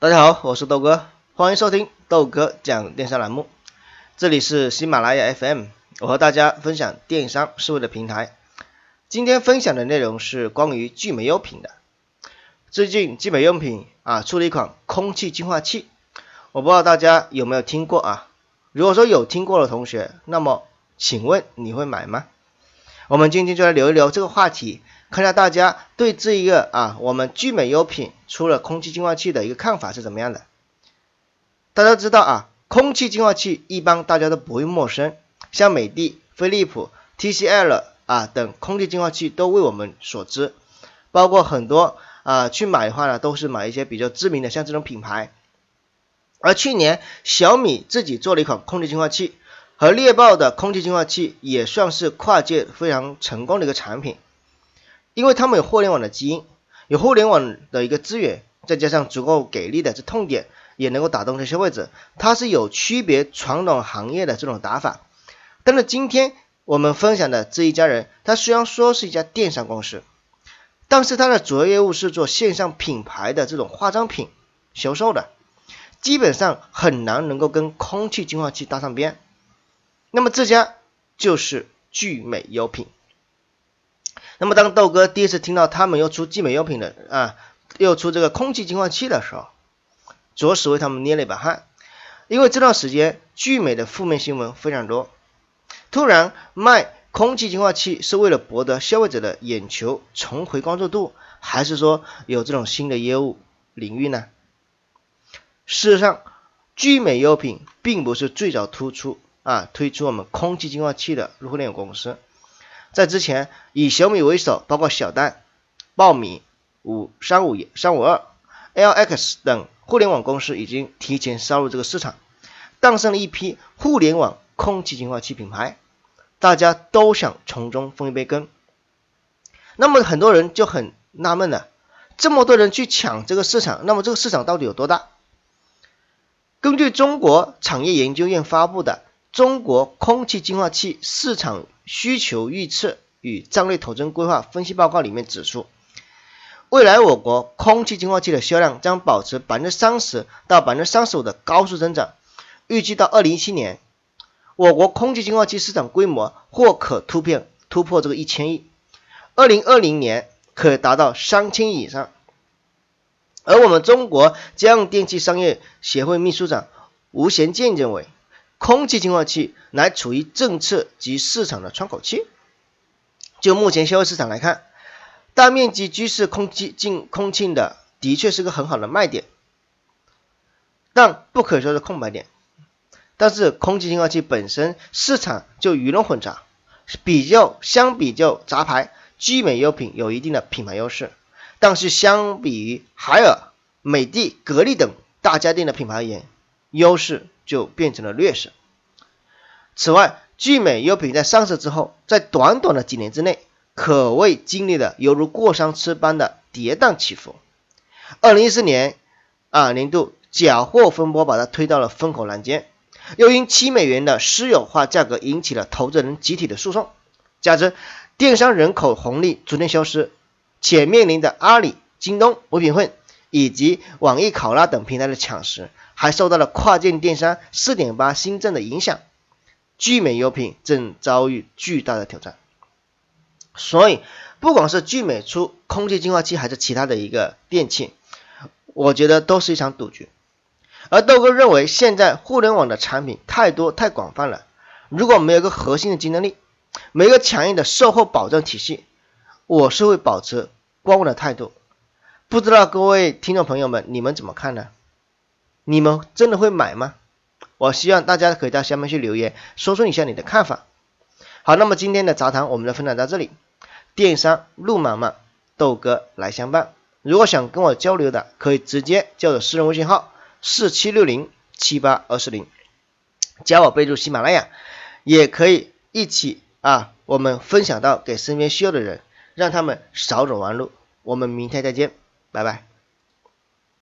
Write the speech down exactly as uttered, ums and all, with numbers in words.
大家好，我是豆哥，欢迎收听豆哥讲电商栏目。这里是喜马拉雅 F M， 我和大家分享电商思维的平台。今天分享的内容是关于聚美优品的。最近聚美优品啊出了一款空气净化器，我不知道大家有没有听过啊？如果说有听过的同学，那么请问你会买吗？我们今天就来聊一聊这个话题，看下大家对这一个啊我们聚美优品出了空气净化器的一个看法是怎么样的。大家知道啊，空气净化器一般大家都不会陌生，像美的、飞利浦、T C L 啊等空气净化器都为我们所知，包括很多啊去买的话呢，都是买一些比较知名的像这种品牌。而去年小米自己做了一款空气净化器，和猎豹的空气净化器也算是跨界非常成功的一个产品，因为他们有互联网的基因，有互联网的一个资源，再加上足够给力的这痛点，也能够打动这消费者，它是有区别传统行业的这种打法。但是今天我们分享的这一家人，他虽然说是一家电商公司，但是它的主要业务是做线上品牌的这种化妆品销售的，基本上很难能够跟空气净化器搭上边。那么这家就是聚美优品。那么当豆哥第一次听到他们又出聚美优品的啊，又出这个空气净化器的时候，着实为他们捏了一把汗，因为这段时间聚美的负面新闻非常多。突然卖空气净化器是为了博得消费者的眼球，重回关注度，还是说有这种新的业务领域呢？事实上，聚美优品并不是最早突出啊推出我们空气净化器的互联网公司。在之前，以小米为首，包括小丹、爆米、五三五三五二、L X 等互联网公司已经提前杀入这个市场，诞生了一批互联网空气净化器品牌，大家都想从中分一杯羹。那么很多人就很纳闷了，这么多人去抢这个市场，那么这个市场到底有多大？根据中国产业研究院发布的中国空气净化器市场需求预测与战略投资规划分析报告里面指出，未来我国空气净化器的销量将保持 百分之三十 到 百分之三十五 的高速增长，预计到二零一七年，我国空气净化器市场规模或可突破突破这个一千亿，二零二零年可达到三千亿以上。而我们中国家用电器商业协会秘书长吴贤健认为，空气净化器乃处于政策及市场的窗口期。就目前消费市场来看，大面积居室空气净空气的的确是个很好的卖点，但不可以说是空白点。但是空气净化器本身市场就鱼龙混杂，比较相比较杂牌，聚美优品有一定的品牌优势，但是相比于海尔、美的、格力等大家电的品牌而言，优势就变成了劣势。此外，聚美优品在上市之后，在短短的几年之内，可谓经历了犹如过山车般的跌宕起伏。二零一四年啊年度假货风波把它推到了风口浪尖，又因七美元的私有化价格引起了投资人集体的诉讼，加之电商人口红利逐渐消失，且面临着阿里、京东、唯品会以及网易考拉等平台的抢食，还受到了跨境电商 四点八 新政的影响，聚美优品正遭遇巨大的挑战。所以不管是聚美出空气净化器还是其他的一个电器，我觉得都是一场赌局。而豆哥认为，现在互联网的产品太多太广泛了，如果没有一个核心的竞争力，没有一个强硬的售后保障体系，我是会保持观望的态度。不知道各位听众朋友们，你们怎么看呢？你们真的会买吗？我希望大家可以在下面去留言，说出一下你的看法。好，那么今天的杂谈我们就分享到这里。电商路漫漫，豆哥来相伴。如果想跟我交流的，可以直接叫我私人微信号四七六零七八二四零，加我备注喜马拉雅，也可以一起啊，我们分享到给身边需要的人，让他们少走弯路。我们明天再见，拜拜。